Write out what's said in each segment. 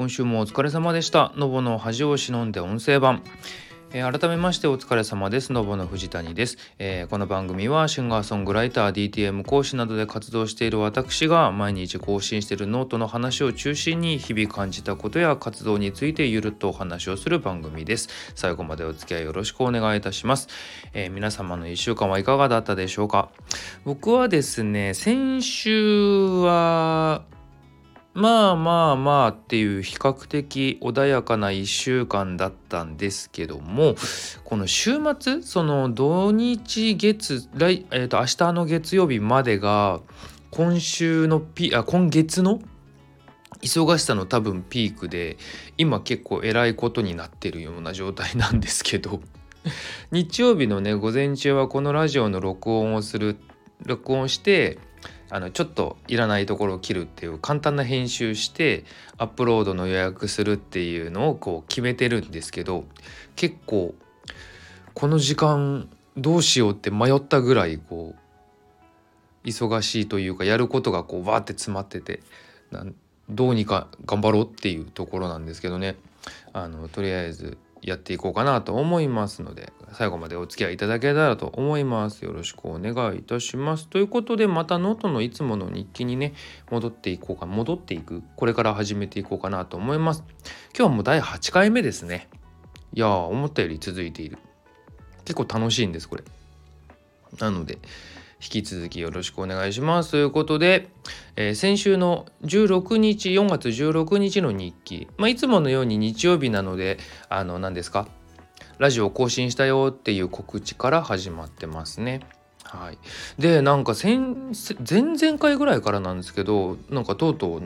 今週もお疲れ様でした。のぼの恥を忍んで音声版。改めましてお疲れ様です。のぼの藤谷です。この番組はシンガーソングライター、DTM 講師などで活動している私が毎日更新しているノートの話を中心に日々感じたことや活動についてゆるっとお話をする番組です。最後までお付き合いよろしくお願いいたします。皆様の1週間はいかがだったでしょうか。僕はですね、先週はまあっていう比較的穏やかな1週間だったんですけども、この週末、その土日月明日の月曜日までが今月の忙しさの多分ピークで、今結構えらいことになってるような状態なんですけど日曜日のね午前中はこのラジオの録音してちょっといらないところを切るっていう簡単な編集してアップロードの予約するっていうのをこう決めてるんですけど、結構この時間どうしようって迷ったぐらいこう忙しいというか、やることがこうバーって詰まってて、どうにか頑張ろうっていうところなんですけどね。とりあえずやっていこうかなと思いますので、最後までお付き合いいただけたらと思います。よろしくお願いいたします。ということで、またノートのいつもの日記にね戻っていくこれから始めていこうかなと思います。今日はもう第8回目ですね。いやー、思ったより続いている。結構楽しいんですこれ。なので引き続きよろしくお願いします。ということで、先週の4月16日の日記、いつものように日曜日なので何ですか、ラジオを更新したよっていう告知から始まってますね。はい。で、なんか前々回ぐらいからなんですけど、なんかとうとう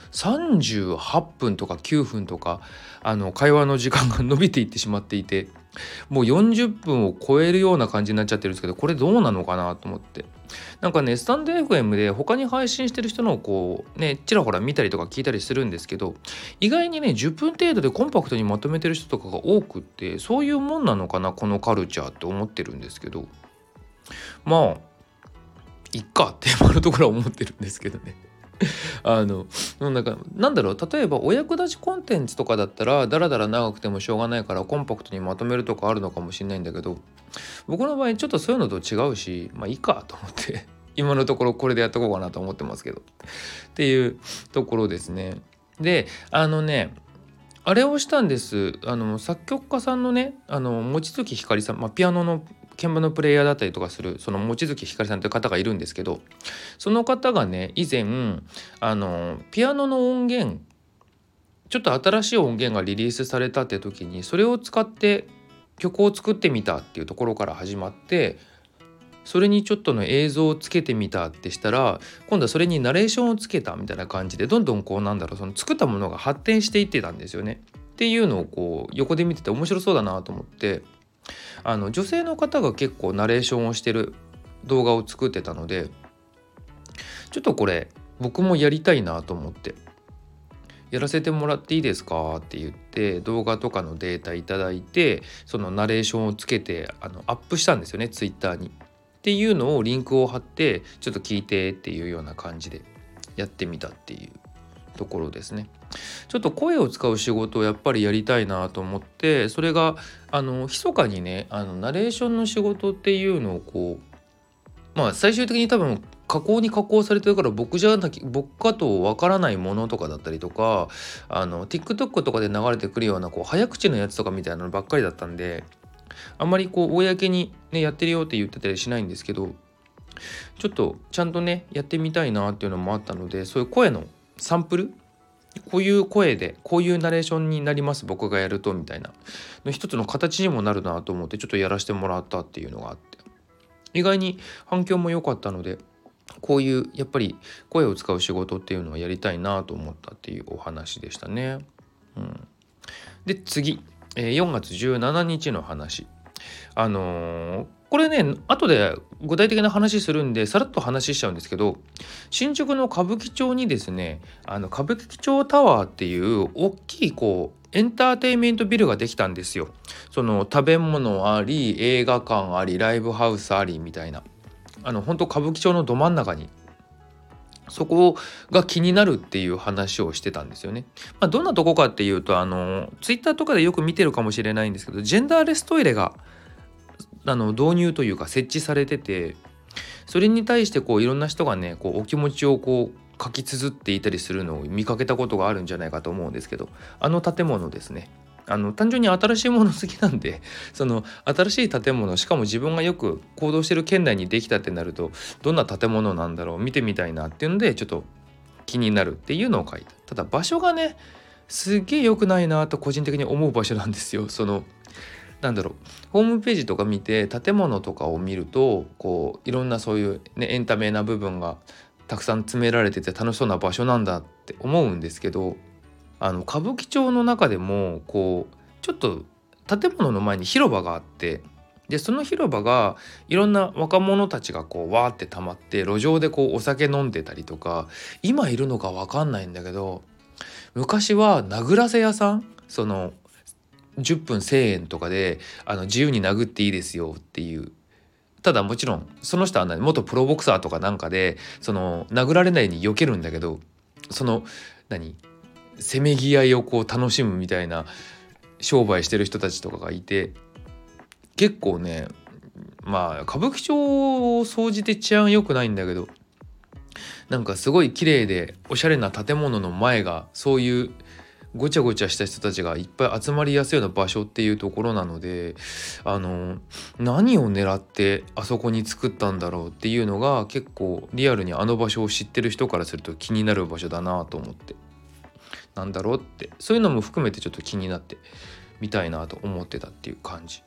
38分とか9分とか会話の時間が伸びていってしまっていて、もう40分を超えるような感じになっちゃってるんですけど、これどうなのかなと思って、なんかねスタンド FM で他に配信してる人のをこうねちらほら見たりとか聞いたりするんですけど、意外にね10分程度でコンパクトにまとめてる人とかが多くって、そういうもんなのかなこのカルチャーって思ってるんですけど、まあいっかって今のところは思ってるんですけどね。なんだろう、例えばお役立ちコンテンツとかだったらだらだら長くてもしょうがないからコンパクトにまとめるとかあるのかもしれないんだけど、僕の場合ちょっとそういうのと違うし、いいかと思って今のところこれでやっとこうかなと思ってますけどっていうところですね。で、あれをしたんです。作曲家さんのね、望月ひかりさん、ピアノの鍵盤のプレイヤーだったりとかするその望月ひかりさんという方がいるんですけど、その方がね以前ピアノの音源、ちょっと新しい音源がリリースされたって時にそれを使って曲を作ってみたっていうところから始まって、それにちょっとの映像をつけてみたってしたら、今度はそれにナレーションをつけたみたいな感じで、どんどんその作ったものが発展していってたんですよね。っていうのをこう横で見てて面白そうだなと思って、女性の方が結構ナレーションをしてる動画を作ってたので、ちょっとこれ僕もやりたいなと思って、やらせてもらっていいですかって言って動画とかのデータいただいて、そのナレーションをつけてアップしたんですよね、ツイッターに。っていうのをリンクを貼ってちょっと聞いてっていうような感じでやってみたっていうところですね。ちょっと声を使う仕事をやっぱりやりたいなと思って、それが密かにねナレーションの仕事っていうのをこう最終的に多分加工されてるから、僕かとわからないものとかだったりとか、TikTok とかで流れてくるようなこう早口のやつとかみたいなのばっかりだったんで、あんまりこう公にねやってるよって言ってたりしないんですけど、ちょっとちゃんとねやってみたいなっていうのもあったので、そういう声のサンプル、こういう声でこういうナレーションになります僕がやるとみたいなの一つの形にもなるなと思って、ちょっとやらせてもらったっていうのがあって、意外に反響も良かったので、こういうやっぱり声を使う仕事っていうのはやりたいなと思ったっていうお話でしたね。で次、4月17日の話。これね後で具体的な話するんでさらっと話しちゃうんですけど、新宿の歌舞伎町にですね歌舞伎町タワーっていう大きいこうエンターテインメントビルができたんですよ。その食べ物あり映画館ありライブハウスありみたいな、本当歌舞伎町のど真ん中にそこが気になるっていう話をしてたんですよね。どんなとこかっていうとツイッターとかでよく見てるかもしれないんですけど、ジェンダーレストイレが導入というか設置されてて、それに対していろんな人がねお気持ちを書き綴っていたりするのを見かけたことがあるんじゃないかと思うんですけど、建物ですね。単純に新しいもの好きなんで、その新しい建物、しかも自分がよく行動してる県内にできたってなると、どんな建物なんだろう見てみたいなっていうのでちょっと気になるっていうのを書いた。ただ場所がねすっげえ良くないなと個人的に思う場所なんですよ。ホームページとか見て建物とかを見るといろんなそういうねエンタメな部分がたくさん詰められてて楽しそうな場所なんだって思うんですけど、歌舞伎町の中でもちょっと建物の前に広場があって、でその広場がいろんな若者たちがわーって溜まって路上でお酒飲んでたりとか、今いるのか分かんないんだけど、昔は殴らせ屋さん、10分1,000円とかで自由に殴っていいですよっていう。ただもちろんその人は元プロボクサーとかなんかで殴られないように避けるんだけど、せめぎ合いを楽しむみたいな商売してる人たちとかがいて、結構ね歌舞伎町を総じて治安良くないんだけど、すごい綺麗でおしゃれな建物の前がそういうごちゃごちゃした人たちがいっぱい集まりやすいような場所っていうところなので、何を狙ってあそこに作ったんだろうっていうのが結構リアルにあの場所を知ってる人からすると気になる場所だなと思って、なんだろうって、そういうのも含めてちょっと気になってみたいなと思ってたっていう感じ。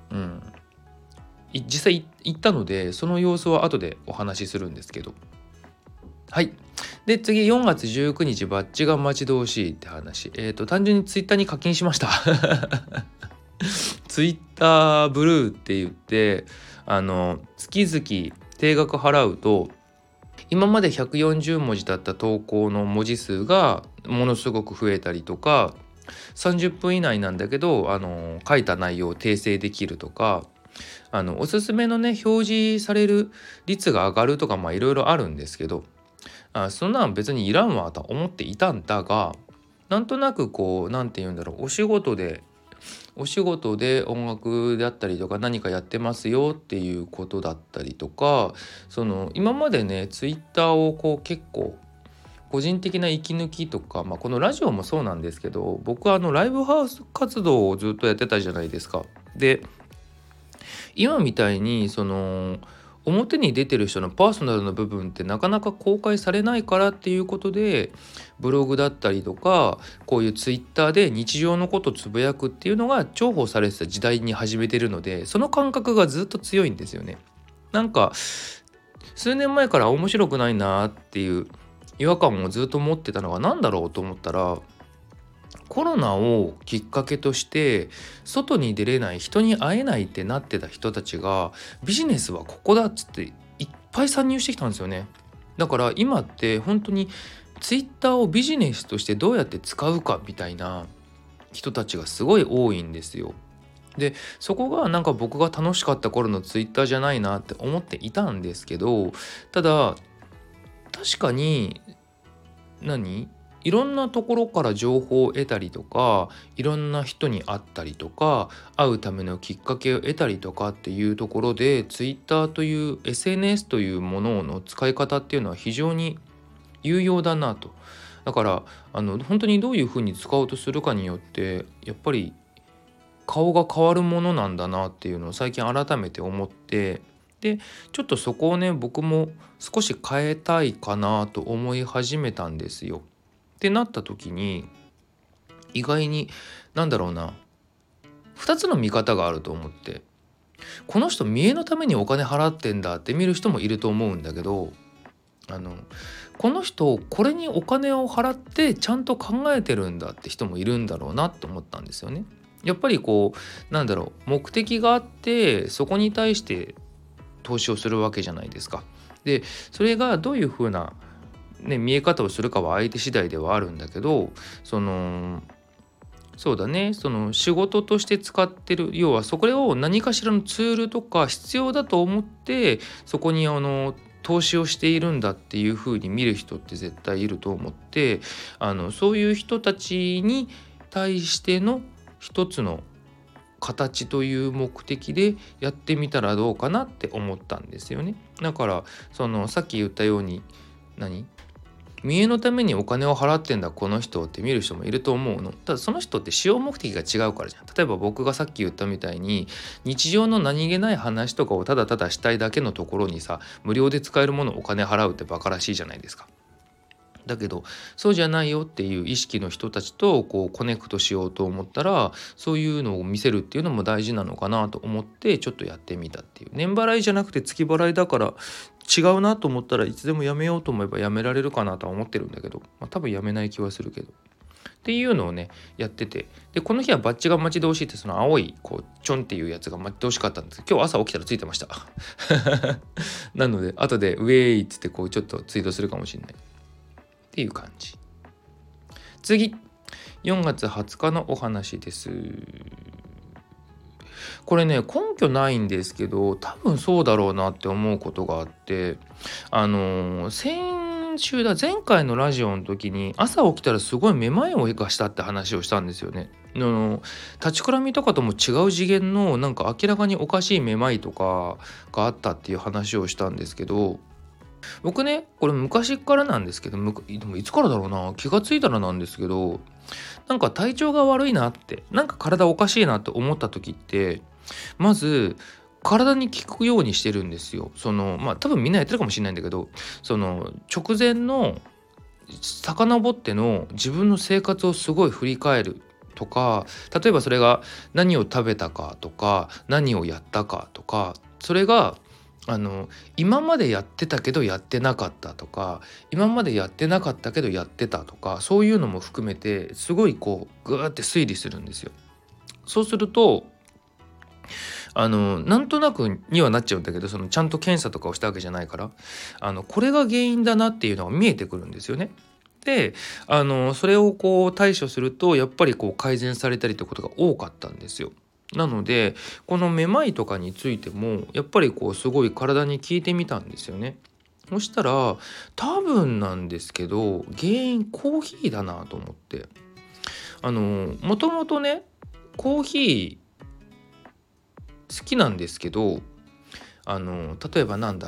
実際行ったのでその様子は後でお話しするんですけど、はい。で次4月19日バッジが待ち遠しいって話。単純にツイッターに課金しました。ツイッターブルーって言って月々定額払うと、今まで140文字だった投稿の文字数がものすごく増えたりとか、30分以内なんだけど書いた内容を訂正できるとか、おすすめのね表示される率が上がるとかいろいろあるんですけど、そんなん別にいらんわと思っていたんだが、なんとなくなんて言うんだろう、お仕事で音楽であったりとか何かやってますよっていうことだったりとか、今までねツイッターを結構個人的な息抜きとか、このラジオもそうなんですけど、僕はライブハウス活動をずっとやってたじゃないですか。で今みたいに表に出てる人のパーソナルな部分ってなかなか公開されないからっていうことで、ブログだったりとかこういうツイッターで日常のことをつぶやくっていうのが重宝されてた時代に始めてるので、その感覚がずっと強いんですよね。数年前から面白くないなっていう違和感をずっと持ってたのが何だろうと思ったら、コロナをきっかけとして外に出れない、人に会えないってなってた人たちがビジネスはここだっつっていっぱい参入してきたんですよね。だから今って本当にツイッターをビジネスとしてどうやって使うかみたいな人たちがすごい多いんですよ。でそこが僕が楽しかった頃のツイッターじゃないなって思っていたんですけど、ただ確かにいろんなところから情報を得たりとか、いろんな人に会ったりとか、会うためのきっかけを得たりとかっていうところで、Twitter という SNS というものの使い方っていうのは非常に有用だなと。だから本当にどういうふうに使おうとするかによってやっぱり顔が変わるものなんだなっていうのを最近改めて思って、でちょっとそこをね僕も少し変えたいかなと思い始めたんですよ。ってなった時に意外に2つの見方があると思って、この人見栄のためにお金払ってんだって見る人もいると思うんだけど、この人これにお金を払ってちゃんと考えてるんだって人もいるんだろうなと思ったんですよね。やっぱり目的があってそこに対して投資をするわけじゃないですか。でそれがどういう風な見え方をするかは相手次第ではあるんだけど、そうだね、仕事として使ってる、要はそこを何かしらのツールとか必要だと思ってそこに投資をしているんだっていう風に見る人って絶対いると思って、そういう人たちに対しての一つの形という目的でやってみたらどうかなって思ったんですよね。だからさっき言ったように見栄のためにお金を払ってんだこの人って見る人もいると思うの。ただその人って使用目的が違うからじゃん。例えば僕がさっき言ったみたいに日常の何気ない話とかをただただしたいだけのところにさ、無料で使えるものをお金払うってバカらしいじゃないですか。だけどそうじゃないよっていう意識の人たちとコネクトしようと思ったら、そういうのを見せるっていうのも大事なのかなと思ってちょっとやってみたっていう。年払いじゃなくて月払いだから違うなと思ったらいつでもやめようと思えばやめられるかなとは思ってるんだけど、多分やめない気はするけどっていうのをねやってて、でこの日はバッジが待ち遠しいってその青いチョンっていうやつが待ち遠しかったんですけど、今日朝起きたらついてましたなので後でウェイっつってちょっとツイートするかもしれないっていう感じ。次、4月20日のお話です。これね根拠ないんですけど多分そうだろうなって思うことがあって、前回のラジオの時に朝起きたらすごいめまいをがしたって話をしたんですよね。立ちくらみとかとも違う次元の明らかにおかしいめまいとかがあったっていう話をしたんですけど、僕ねこれ昔からなんですけど、でもいつからだろうな、気がついたらなんですけど、体調が悪いなって体おかしいなって思った時ってまず体に効くようにしてるんですよ。多分みんなやってるかもしれないんだけど、直前の遡っての自分の生活をすごい振り返るとか、例えばそれが何を食べたかとか何をやったかとか、それが今までやってたけどやってなかったとか、今までやってなかったけどやってたとか、そういうのも含めてすごいグーって推理するんですよ。そうするとなんとなくにはなっちゃうんだけど、ちゃんと検査とかをしたわけじゃないからこれが原因だなっていうのが見えてくるんですよね。でそれを対処するとやっぱり改善されたりということが多かったんですよ。なのでこのめまいとかについてもやっぱりすごい体に効いてみたんですよね。そしたら多分なんですけど原因コーヒーだなと思って、もともとねコーヒー好きなんですけど、例えばフ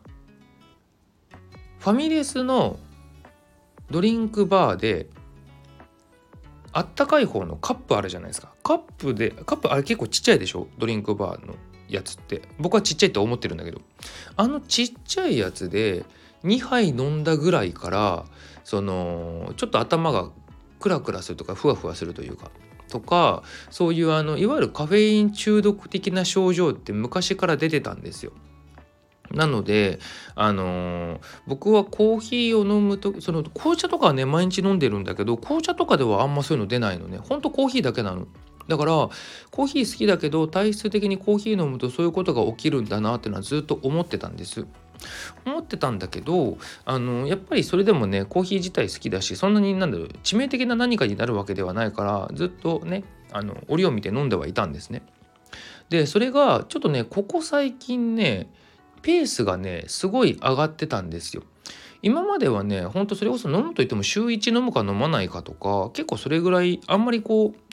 ァミレスのドリンクバーであったかい方のカップあるじゃないですか。カップあれ結構ちっちゃいでしょ、ドリンクバーのやつって。僕はちっちゃいと思ってるんだけど、ちっちゃいやつで2杯飲んだぐらいからちょっと頭がクラクラするとかふわふわするというかそういういわゆるカフェイン中毒的な症状って昔から出てたんですよ。なので、僕はコーヒーを飲むと紅茶とかはね毎日飲んでるんだけど、紅茶とかではあんまそういうの出ないのね。ほんとコーヒーだけなの。だからコーヒー好きだけど体質的にコーヒー飲むとそういうことが起きるんだなっていうのはずっと思ってたんだけどやっぱりそれでもねコーヒー自体好きだし、そんなに致命的な何かになるわけではないからずっとね折を見て飲んではいたんですね。でそれがちょっとねここ最近ねペースがねすごい上がってたんですよ。今まではねほんとそれこそ飲むといっても週1飲むか飲まないかとか、結構それぐらいあんまり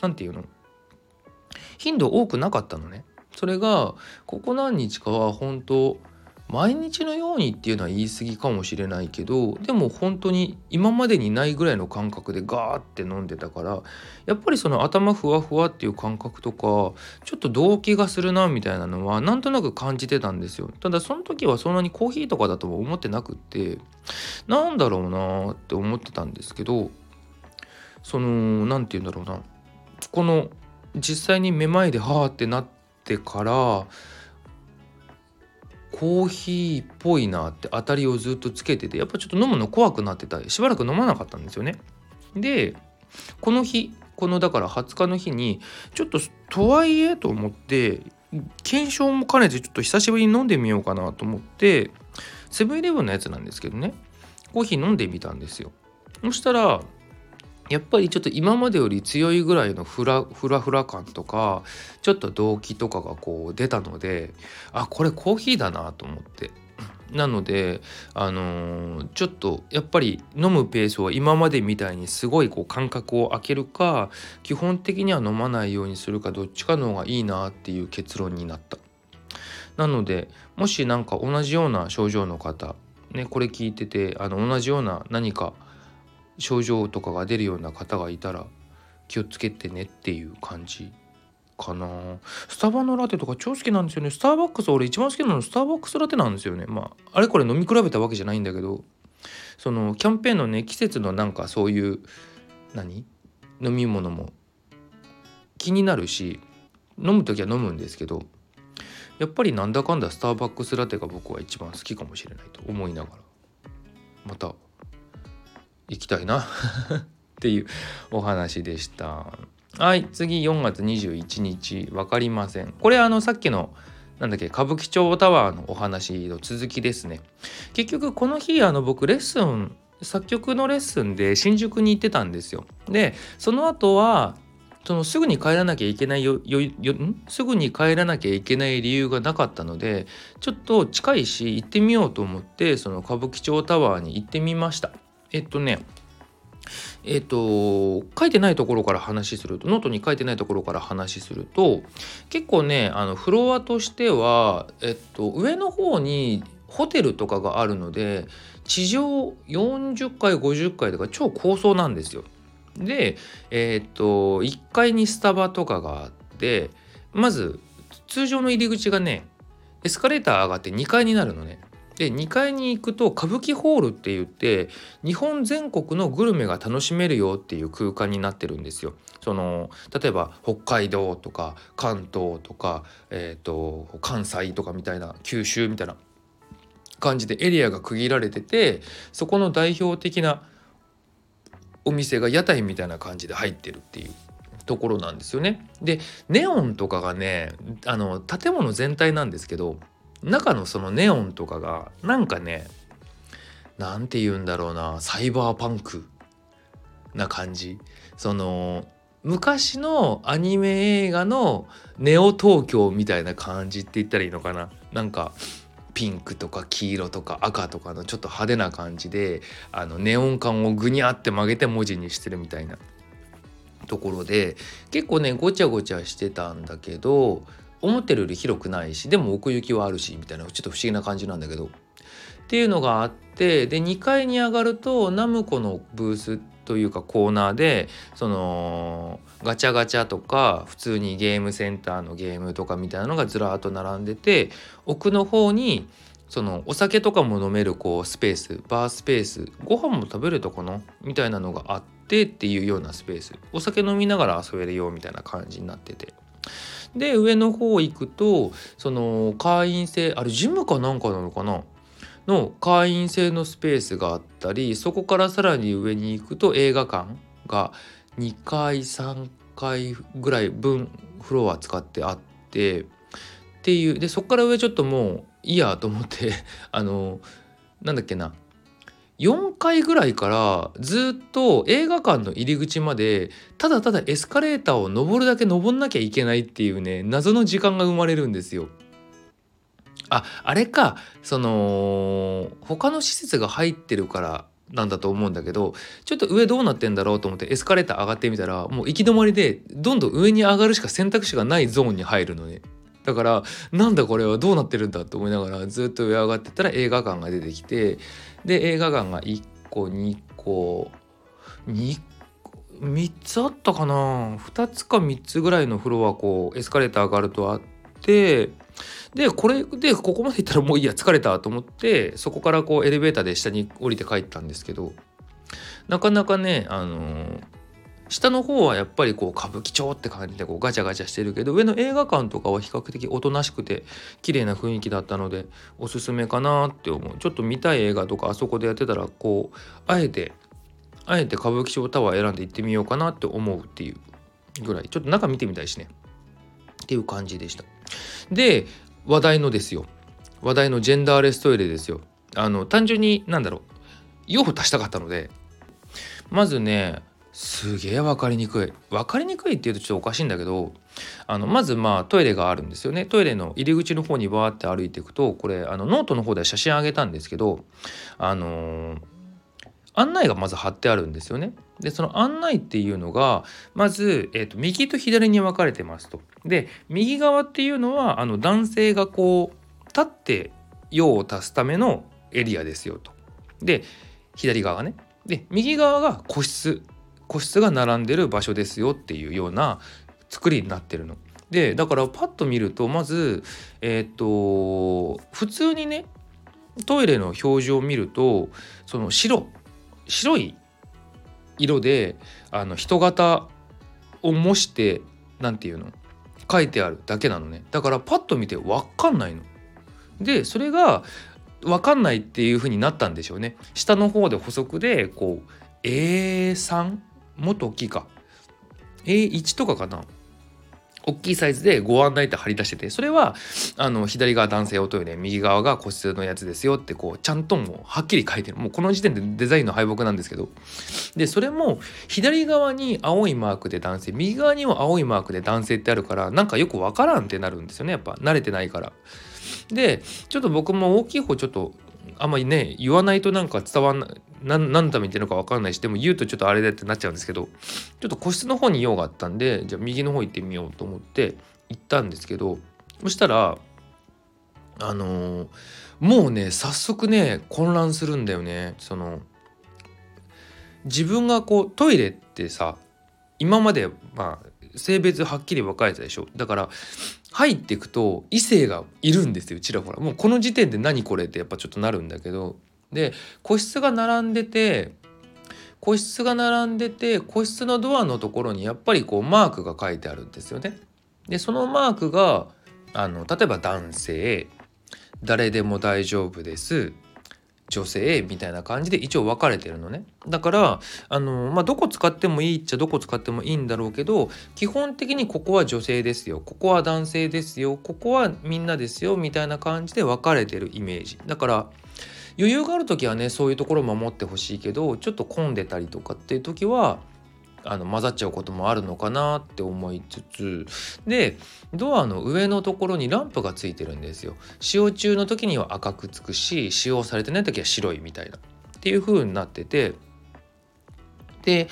頻度多くなかったのね。それがここ何日かは本当毎日のようにっていうのは言い過ぎかもしれないけど、でも本当に今までにないぐらいの感覚でガーって飲んでたから、やっぱり頭ふわふわっていう感覚とかちょっと動悸がするなみたいなのはなんとなく感じてたんですよ。ただその時はそんなにコーヒーとかだとも思ってなくって、なんだろうなって思ってたんですけど、なんて言うんだろうな、この実際にめまいではーってなってからコーヒーっぽいなって当たりをずっとつけてて、やっぱちょっと飲むの怖くなってた、しばらく飲まなかったんですよね。でこの日だから20日の日にちょっとはいえと思って検証も兼ねてちょっと久しぶりに飲んでみようかなと思ってセブンイレブンのやつなんですけどね、コーヒー飲んでみたんですよ。そしたらやっぱりちょっと今までより強いぐらいのフラフラ感とかちょっと動悸とかが出たので、これコーヒーだなと思って、 なのでちょっとやっぱり飲むペースを今までみたいにすごいこう間隔を空けるか、基本的には飲まないようにするか、どっちかの方がいいなっていう結論になった。なのでもしなんか同じような症状の方ね、これ聞いてて同じような何か症状とかが出るような方がいたら気をつけてねっていう感じかな。スタバのラテとか超好きなんですよね。スターバックス、俺一番好きなのスターバックスラテなんですよね。あれこれ飲み比べたわけじゃないんだけど、そのキャンペーンのね、季節のなんかそういう飲み物も気になるし、飲む時は飲むんですけど、やっぱりなんだかんだスターバックスラテが僕は一番好きかもしれないと思いながら、また行きたいなっていうお話でした。はい、次4月21日わかりません。これさっきの歌舞伎町タワーのお話の続きですね。結局この日僕作曲のレッスンで新宿に行ってたんですよ。でその後はすぐに帰らなきゃいけないすぐに帰らなきゃいけない理由がなかったので、ちょっと近いし行ってみようと思って、その歌舞伎町タワーに行ってみました。書いてないところから話すると、ノートに書いてないところから話すると、結構ねフロアとしては、上の方にホテルとかがあるので、地上40階50階とか超高層なんですよ。で1階にスタバとかがあって、まず通常の入り口がね、エスカレーター上がって2階になるのね。で2階に行くと歌舞伎ホールって言って、日本全国のグルメが楽しめるよっていう空間になってるんですよ。例えば北海道とか関東とか、関西とかみたいな、九州みたいな感じでエリアが区切られてて、そこの代表的なお店が屋台みたいな感じで入ってるっていうところなんですよね。でネオンとかがね、建物全体なんですけど、中のそのネオンとかがなんかね、なんて言うんだろうな、サイバーパンクな感じ。昔のアニメ映画のネオ東京みたいな感じって言ったらいいのかな。なんかピンクとか黄色とか赤とかのちょっと派手な感じで、ネオン管をグニャって曲げて文字にしてるみたいなところで、結構ねごちゃごちゃしてたんだけど、思ってるより広くないし、でも奥行きはあるしみたいな、ちょっと不思議な感じなんだけどっていうのがあって、で2階に上がるとナムコのブースというかコーナーで、ガチャガチャとか普通にゲームセンターのゲームとかみたいなのがずらーっと並んでて、奥の方にお酒とかも飲めるスペース、バースペース、ご飯も食べれたかなみたいなのがあってっていうようなスペース、お酒飲みながら遊べるよみたいな感じになってて、で上の方行くと会員制、あれジムかなんかなのかなの会員制のスペースがあったり、そこからさらに上に行くと映画館が2階3階ぐらい分フロア使ってあってっていう、でそこから上ちょっともういいやと思って4階ぐらいからずっと映画館の入り口までただただエスカレーターを登るだけ登んなきゃいけないっていうね、謎の時間が生まれるんですよ。あれか、他の施設が入ってるからなんだと思うんだけど、ちょっと上どうなってんだろうと思ってエスカレーター上がってみたら、もう行き止まりでどんどん上に上がるしか選択肢がないゾーンに入るのね。だからなんだこれはどうなってるんだと思いながらずっと上上がってったら映画館が出てきて、で映画館が1個2個3つあったかな、2つか3つぐらいのフロアエスカレーター上がるとあって、でここまで行ったらもういいや疲れたと思って、そこからエレベーターで下に降りて帰ったんですけど、なかなかね下の方はやっぱり歌舞伎町って感じでガチャガチャしてるけど、上の映画館とかは比較的おとなしくて綺麗な雰囲気だったのでおすすめかなって思う。ちょっと見たい映画とかあそこでやってたらあえて歌舞伎町タワー選んで行ってみようかなって思うっていうぐらい、ちょっと中見てみたいしねっていう感じでした。で話題のジェンダーレストイレですよ。単純に用を足したかったので、まずねすげえ分かりにくいって言うとちょっとおかしいんだけど、 まずトイレがあるんですよね。トイレの入り口の方にバーって歩いていくと、これノートの方では写真あげたんですけど、あの案内がまず貼ってあるんですよね。でその案内っていうのがまず、右と左に分かれてますと。で右側っていうのは男性がこう立って用を足すためのエリアですよと。で左側がね、で右側が個室が並んでる場所ですよっていうような作りになってるの。でだからパッと見るとまず普通にねトイレの表示を見るとその白い色で人型を模してなんていうの書いてあるだけなのね。だからパッと見て分かんないの。でそれが分かんないっていう風になったんでしょうね。下の方で補足でこう A3 もっと大きいか A1 とかかな、大きいサイズでご案内って貼り出してて、それは左側男性用トイレ、右側が個室のやつですよってこうちゃんともうはっきり書いてる。もうこの時点でデザインの敗北なんですけど、でそれも左側に青いマークで男性、右側にも青いマークで男性ってあるから、なんかよくわからんってなるんですよね。やっぱ慣れてないから。でちょっと僕も大きい方ちょっとあんまりね言わないとなんか伝わんない、何のために言ってるのか分かんないし、でも言うとちょっとあれだってなっちゃうんですけど、ちょっと個室の方に用があったんで、じゃあ右の方行ってみようと思って行ったんですけど、そしたらもうね早速ね混乱するんだよね。自分がこうトイレってさ、今まで性別はっきり分かれたでしょ。だから入っていくと異性がいるんですよ、ちらほら。もうこの時点で何これってやっぱちょっとなるんだけど、で個室が並んでて個室のドアのところにやっぱりこうマークが書いてあるんですよね。でそのマークが例えば男性、誰でも大丈夫です、女性みたいな感じで一応分かれてるのね。だからどこ使ってもいいっちゃどこ使ってもいいんだろうけど、基本的にここは女性ですよ、ここは男性ですよ、ここはみんなですよみたいな感じで分かれてるイメージだから、余裕がある時はねそういうところ守ってほしいけど、ちょっと混んでたりとかっていう時は混ざっちゃうこともあるのかなって思いつつ、でドアの上のところにランプがついてるんですよ。使用中の時には赤くつくし、使用されてない時は白いみたいなっていう風になってて、で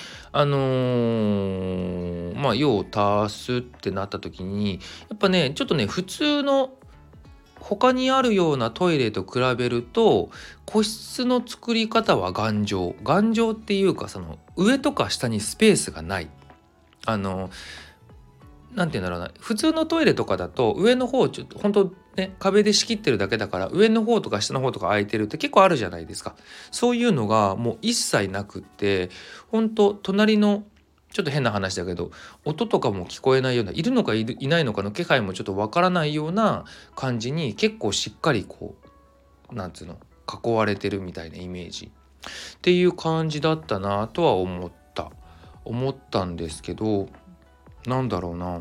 用を足すってなった時にやっぱねちょっとね普通の他にあるようなトイレと比べると個室の作り方は頑丈っていうか、その上とか下にスペースがない。なんて言うんだろうな、普通のトイレとかだと上の方ちょっと本当ね壁で仕切ってるだけだから、上の方とか下の方とか空いてるって結構あるじゃないですか。そういうのがもう一切なくって、本当隣のちょっと変な話だけど音とかも聞こえないような、いるのかいないのかの気配もちょっとわからないような感じに、結構しっかりこうなんつうの囲われてるみたいなイメージっていう感じだったなとは思ったんですけど、なんだろうな、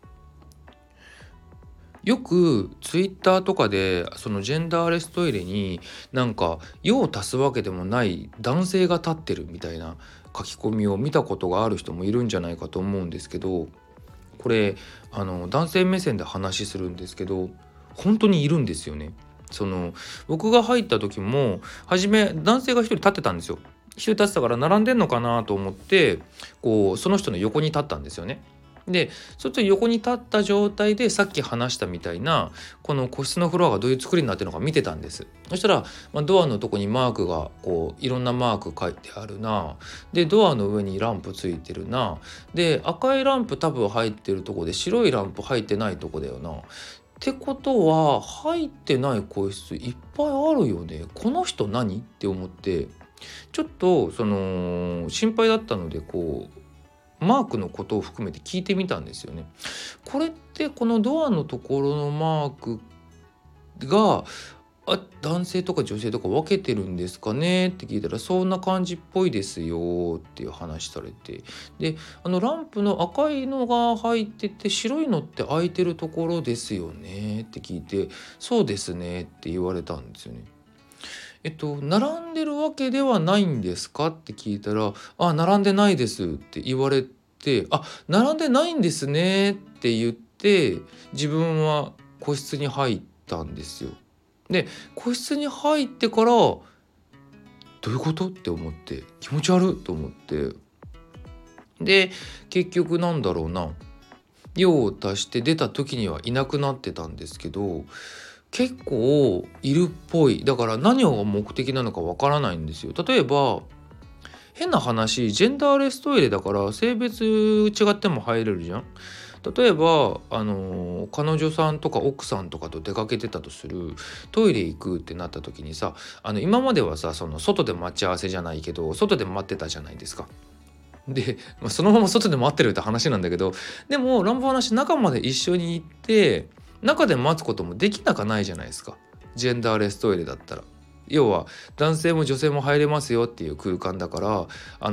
よくツイッターとかでそのジェンダーレストイレになんか用を足すわけでもない男性が立ってるみたいな書き込みを見たことがある人もいるんじゃないかと思うんですけど、これ男性目線で話するんですけど本当にいるんですよね。僕が入った時も初め男性が一人立ってたんですよ。一人立ってたから並んでんのかなと思ってこうその人の横に立ったんですよね。でそっち横に立った状態でさっき話したみたいなこの個室のフロアがどういう作りになってるのか見てたんです。そしたら、ドアのとこにマークがこういろんなマーク書いてあるな、でドアの上にランプついてるな、で赤いランプ多分入ってるとこで白いランプ入ってないとこだよなってことは、入ってない個室いっぱいあるよね、この人何って思って、ちょっと心配だったのでこうマークのことを含めて聞いてみたんですよね。これってこのドアのところのマークが男性とか女性とか分けてるんですかねって聞いたら、そんな感じっぽいですよっていう話されて、でランプの赤いのが入ってて白いのって空いてるところですよねって聞いて、そうですねって言われたんですよね。並んでるわけではないんですかって聞いたら、並んでないですって言われで、並んでないんですねって言って自分は個室に入ったんですよ。で個室に入ってからどういうことって思って、気持ち悪いと思って、で結局用を足して出た時にはいなくなってたんですけど、結構いるっぽい。だから何が目的なのかわからないんですよ。例えば変な話、ジェンダーレストイレだから性別違っても入れるじゃん。例えば彼女さんとか奥さんとかと出かけてたとする。トイレ行くってなった時にさ、今まではさ、その外で待ち合わせじゃないけど外で待ってたじゃないですか。で、そのまま外で待ってるって話なんだけど、でも乱暴な話、中まで一緒に行って中で待つこともできなかないじゃないですか、ジェンダーレストイレだったら。要は男性も女性も入れますよっていう空間だから、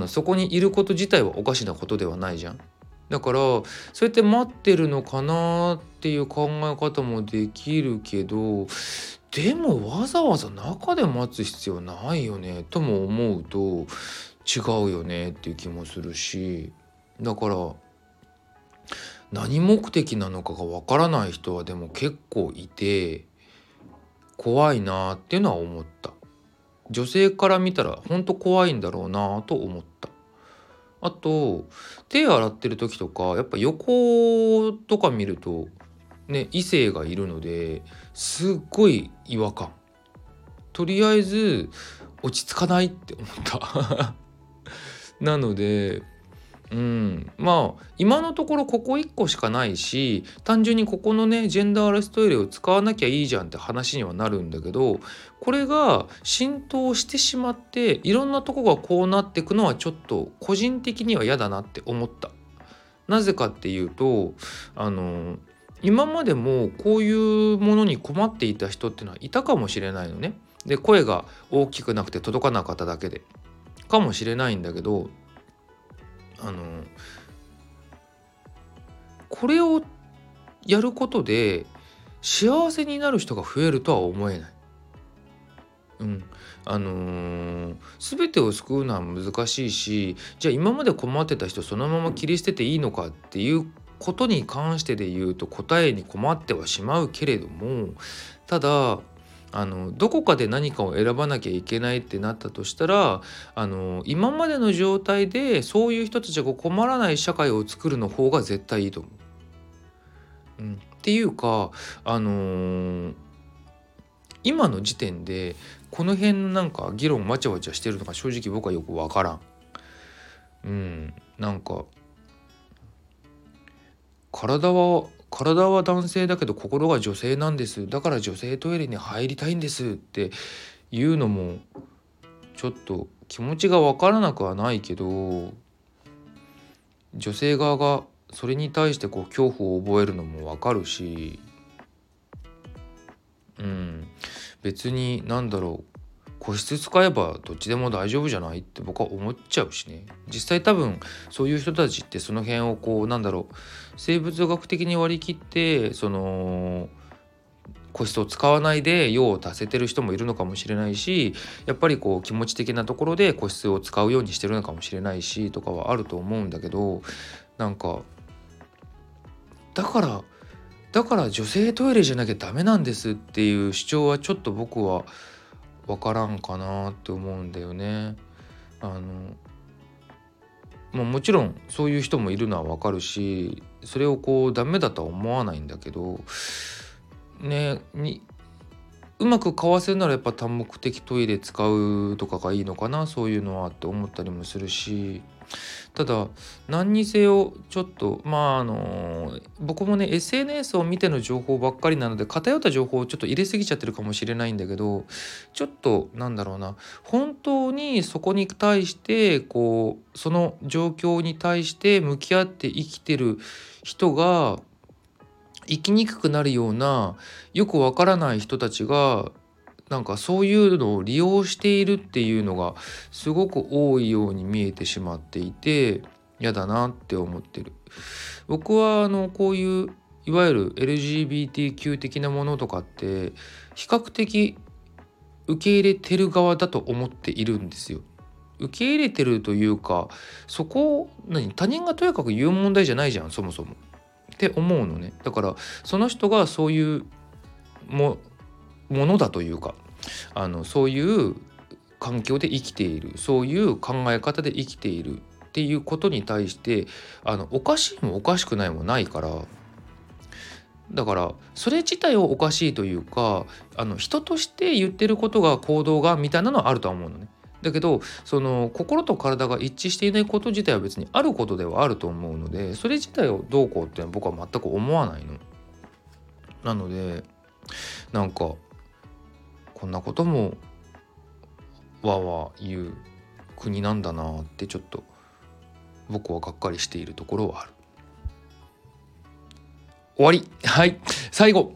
そこにいること自体はおかしなことではないじゃん。だからそうやって待ってるのかなっていう考え方もできるけど、でもわざわざ中で待つ必要ないよねとも思うと違うよねっていう気もするし、だから何目的なのかがわからない人はでも結構いて怖いなっていうのは思った。女性から見たら本当怖いんだろうなと思った。あと手洗ってる時とかやっぱ横とか見るとね、異性がいるのですっごい違和感。とりあえず落ち着かないって思ったなのでまあ今のところここ1個しかないし、単純にここのねジェンダーレストイレを使わなきゃいいじゃんって話にはなるんだけど、これが浸透してしまっていろんなとこがこうなっていくのはちょっと個人的には嫌だなって思った。なぜかっていうと今までもこういうものに困っていた人っていうのはいたかもしれないのね。で声が大きくなくて届かなかっただけでかもしれないんだけど、あのこれをやることで幸せになる人が増えるとは思えない。うん、全てを救うのは難しいし、じゃあ今まで困ってた人そのまま切り捨てていいのかっていうことに関してで言うと答えに困ってはしまうけれども、ただどこかで何かを選ばなきゃいけないってなったとしたら今までの状態でそういう人たちが困らない社会を作るの方が絶対いいと思う。っていうか今の時点でこの辺なんか議論わちゃわちゃしてるのが正直僕はよくわからん。なんか体は男性だけど心が女性なんです、だから女性トイレに入りたいんですっていうのもちょっと気持ちがわからなくはないけど、女性側がそれに対して恐怖を覚えるのもわかるし、別に個室使えばどっちでも大丈夫じゃないって僕は思っちゃうしね。実際多分そういう人たちってその辺を生物学的に割り切って個室を使わないで用を足せてる人もいるのかもしれないし、やっぱり気持ち的なところで個室を使うようにしてるのかもしれないしとかはあると思うんだけど、だから女性トイレじゃなきゃダメなんですっていう主張はちょっと僕は分からんかなって思うんだよね。もちろんそういう人もいるのは分かるし、それをダメだとは思わないんだけどね、うまくかわせるならやっぱ多目的トイレ使うとかがいいのかな、そういうのはって思ったりもするし、ただ何にせよちょっと僕もね SNS を見ての情報ばっかりなので偏った情報をちょっと入れすぎちゃってるかもしれないんだけど、ちょっと本当にそこに対してその状況に対して向き合って生きてる人が生きにくくなるようなよくわからない人たちがそういうのを利用しているっていうのがすごく多いように見えてしまっていて嫌だなって思ってる。僕はこういういわゆる LGBTQ 的なものとかって比較的受け入れてる側だと思っているんですよ。 受け入れてるというか、そこ他人がとにかく言う問題じゃないじゃんそもそもって思うのね。だからその人がそういうものだというか、そういう環境で生きている、そういう考え方で生きているっていうことに対しておかしいもおかしくないもないから、だからそれ自体をおかしいというか、人として言ってることが行動がみたいなのはあるとは思うのね。だけどその心と体が一致していないこと自体は別にあることではあると思うので、それ自体をどうこうっていうのは僕は全く思わないの。なのでなんかこんなこともわわ言う国なんだなってちょっと僕はがっかりしているところはある。終わり。はい最後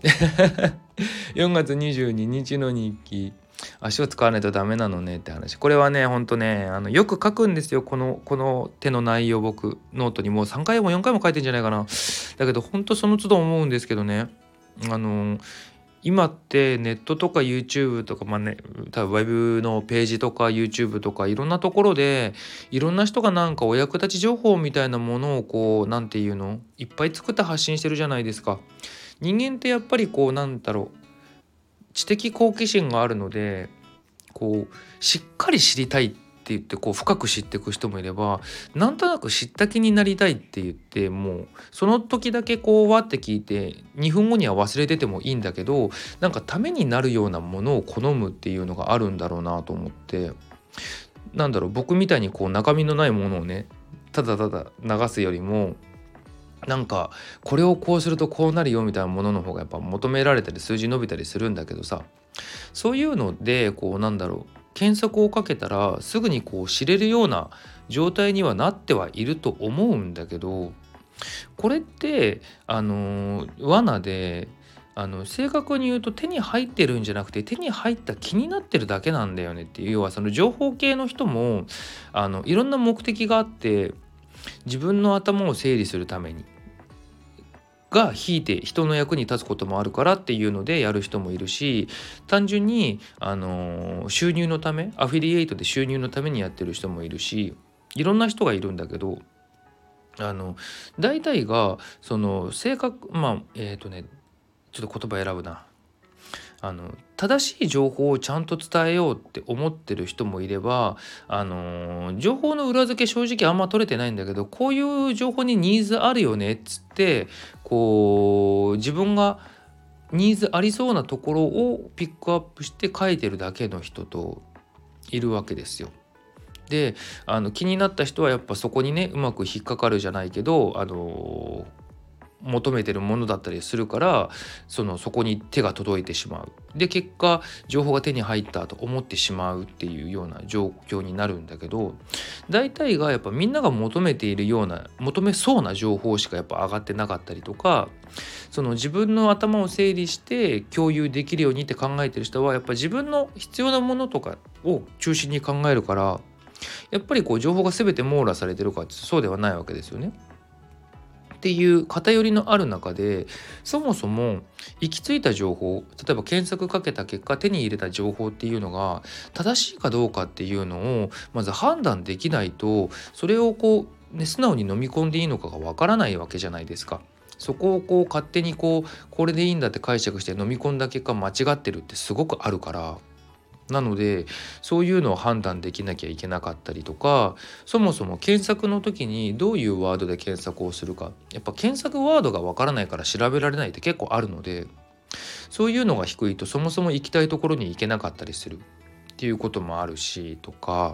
4月22日の日記。足を使わないとダメなのねって話。これはねほんとねよく書くんですよ、この手の内容。僕ノートにもう3回も4回も書いてんじゃないかな。だけどほんとその都度思うんですけどね、今ってネットとか YouTube とか多分ウェブのページとか YouTube とかいろんなところでいろんな人がなんかお役立ち情報みたいなものをこうなんていうのいっぱい作って発信してるじゃないですか。人間ってやっぱりこうなんだろう、知的好奇心があるので、こうしっかり知りたいって言ってこう深く知っていく人もいれば、なんとなく知った気になりたいって言ってもうその時だけこうわって聞いて2分後には忘れててもいいんだけど、なんかためになるようなものを好むっていうのがあるんだろうなと思って、なんだろう、僕みたいにこう中身のないものをねただただ流すよりも、なんかこれをこうするとこうなるよみたいなものの方がやっぱ求められたり数字伸びたりするんだけどさ、そういうのでこうなんだろう、検索をかけたらすぐにこう知れるような状態にはなってはいると思うんだけど、これって罠で、正確に言うと手に入ってるんじゃなくて手に入った気になってるだけなんだよねっていう。要はその情報系の人もいろんな目的があって、自分の頭を整理するためにが引いて人の役に立つこともあるからっていうのでやる人もいるし、単純に、収入のため、アフィリエイトで収入のためにやってる人もいるし、いろんな人がいるんだけど、大体がその性格ちょっと言葉選ぶな。正しい情報をちゃんと伝えようって思ってる人もいれば、情報の裏付け正直あんま取れてないんだけど、こういう情報にニーズあるよねっつってこう自分がニーズありそうなところをピックアップして書いてるだけの人といるわけですよ。で気になった人はやっぱそこにねうまく引っかかるじゃないけど求めてるものだったりするから、そこに手が届いてしまう。で結果情報が手に入ったと思ってしまうっていうような状況になるんだけど、大体がやっぱみんなが求めているような求めそうな情報しかやっぱ上がってなかったりとか、その自分の頭を整理して共有できるようにって考えてる人はやっぱ自分の必要なものとかを中心に考えるから、やっぱりこう情報が全て網羅されてるかってそうではないわけですよね。っていう偏りのある中で、そもそも行き着いた情報、例えば検索かけた結果手に入れた情報っていうのが正しいかどうかっていうのをまず判断できないと、それをこう、ね、素直に飲み込んでいいのかがわからないわけじゃないですか。そこをこう勝手にこれでいいんだって解釈して飲み込んだ結果間違ってるってすごくあるから。なのでそういうのを判断できなきゃいけなかったりとか、そもそも検索の時にどういうワードで検索をするか、やっぱ検索ワードがわからないから調べられないって結構あるので、そういうのが低いとそもそも行きたいところに行けなかったりするっていうこともあるしとか、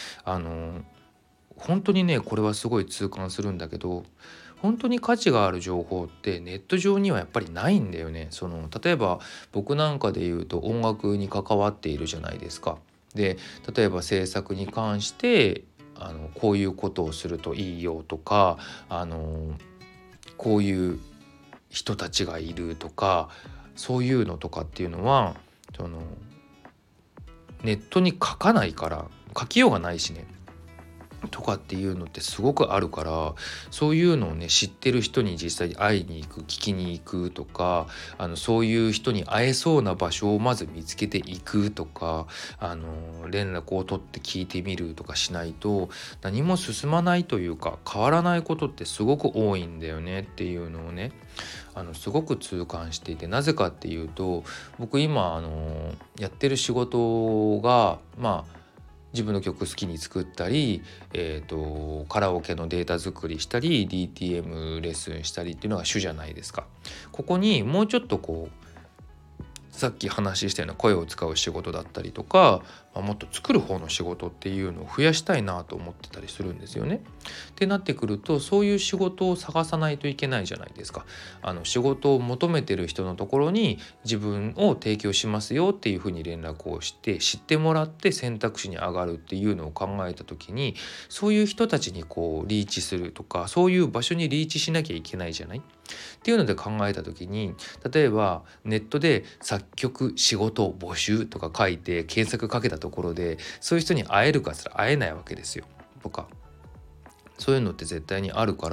本当にねこれはすごい痛感するんだけど、本当に価値がある情報ってネット上にはやっぱりないんだよね。例えば僕なんかで言うと音楽に関わっているじゃないですか。で例えば制作に関してこういうことをするといいよとか、こういう人たちがいるとか、そういうのとかっていうのはネットに書かないから、書きようがないしね。 とかっていうのってすごくあるから、そういうのをね知ってる人に実際に会いに行く、聞きに行くとか、そういう人に会えそうな場所をまず見つけていくとか、連絡を取って聞いてみるとかしないと何も進まないというか、変わらないことってすごく多いんだよねっていうのをね、すごく痛感していて、なぜかっていうと、僕今やってる仕事が自分の曲好きに作ったり、カラオケのデータ作りしたり DTM レッスンしたりっていうのが主じゃないですか。ここにもうちょっとさっき話したような声を使う仕事だったりとか、もっと作る方の仕事っていうのを増やしたいなと思ってたりするんですよね。ってなってくると、そういう仕事を探さないといけないじゃないですか。仕事を求めてる人のところに自分を提供しますよっていうふうに連絡をして知ってもらって選択肢に上がるっていうのを考えた時に、そういう人たちにリーチするとか、そういう場所にリーチしなきゃいけないじゃないっていうので考えた時に、例えばネットで作曲仕事募集とか書いて検索かけたところで、そういう人に会えるかつら会えないわけですよとか、そういうのって絶対にあるから、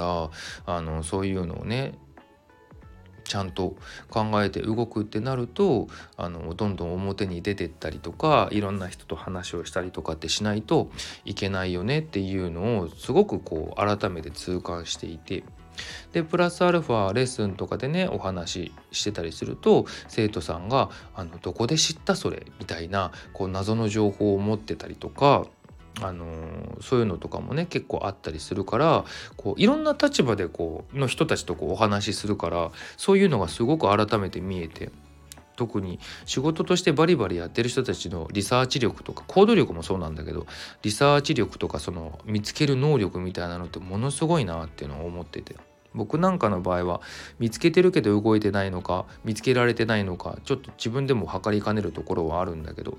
そういうのをねちゃんと考えて動くってなると、どんどん表に出てったりとか、いろんな人と話をしたりとかってしないといけないよねっていうのをすごく改めて痛感していて、でプラスアルファレッスンとかでねお話ししてたりすると、生徒さんがどこで知ったそれみたいな謎の情報を持ってたりとか、そういうのとかもね結構あったりするから、いろんな立場での人たちとお話しするから、そういうのがすごく改めて見えて、特に仕事としてバリバリやってる人たちのリサーチ力とか行動力もそうなんだけど、リサーチ力とかその見つける能力みたいなのってものすごいなっていうのを思ってて、僕なんかの場合は見つけてるけど動いてないのか、見つけられてないのか、ちょっと自分でも測りかねるところはあるんだけど、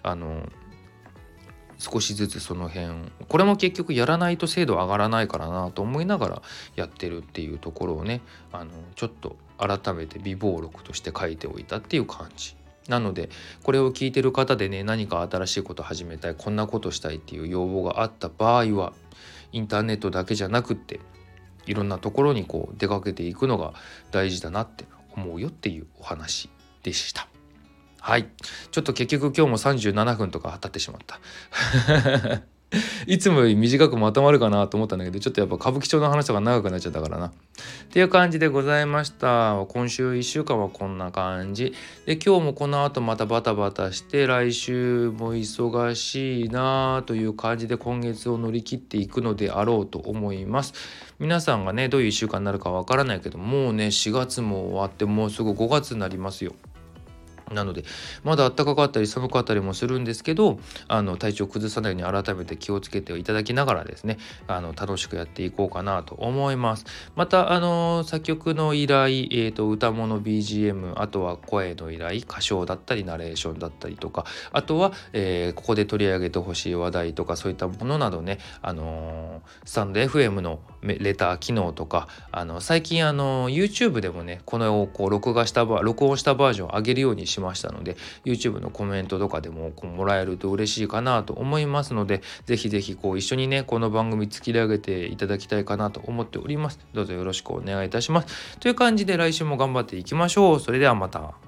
少しずつその辺、これも結局やらないと精度上がらないからなと思いながらやってるっていうところをね、ちょっと改めて備忘録として書いておいたっていう感じなので、これを聞いてる方でね、何か新しいこと始めたい、こんなことしたいっていう要望があった場合は、インターネットだけじゃなくっていろんなところに出かけていくのが大事だなって思うよっていうお話でした。はい、ちょっと結局今日も37分とか経ってしまったいつもより短くまとまるかなと思ったんだけど、ちょっとやっぱ歌舞伎町の話とか長くなっちゃったからなっていう感じでございました。今週1週間はこんな感じで、今日もこの後またバタバタして来週も忙しいなという感じで今月を乗り切っていくのであろうと思います。皆さんがねどういう1週間になるかわからないけど、もうね4月も終わってもうすぐ5月になりますよ。なのでまだ暖かかったり寒かったりもするんですけど、体調崩さないように改めて気をつけていただきながらですね、楽しくやっていこうかなと思います。また作曲の依頼、歌物 BGM、 あとは声の依頼、歌唱だったりナレーションだったりとか、あとは、ここで取り上げてほしい話題とかそういったものなどね、スタンド FM のレター機能とか、最近YouTube でもねこの録音したバージョンを上げるようにしましたので、 YouTube のコメントとかでももらえると嬉しいかなと思いますので、ぜひぜひ一緒にねこの番組作り上げていただきたいかなと思っております。どうぞよろしくお願いいたします。という感じで来週も頑張っていきましょう。それではまた。